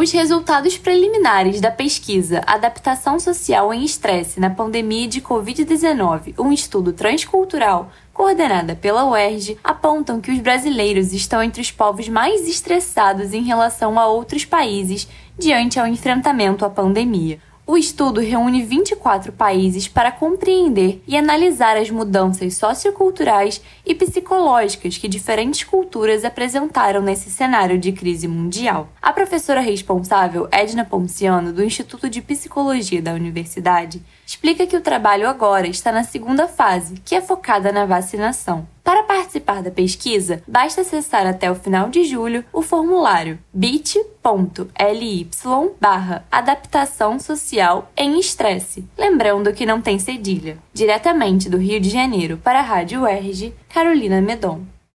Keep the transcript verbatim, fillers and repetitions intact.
Os resultados preliminares da pesquisa Adaptação Social em Estresse na Pandemia de covid dezenove, um estudo transcultural coordenada pela U E R J, apontam que os brasileiros estão entre os povos mais estressados em relação a outros países diante ao enfrentamento à pandemia. O estudo reúne vinte e quatro países para compreender e analisar as mudanças socioculturais e psicológicas que diferentes culturas apresentaram nesse cenário de crise mundial. A professora responsável, Edna Ponciano, do Instituto de Psicologia da Universidade, explica que o trabalho agora está na segunda fase, que é focada na vacinação. Para participar da pesquisa, basta acessar até o final de julho o formulário bit.ly barra adaptação social em estresse, lembrando que não tem cedilha. Diretamente do Rio de Janeiro para a Rádio U E R J, Carolina Medon.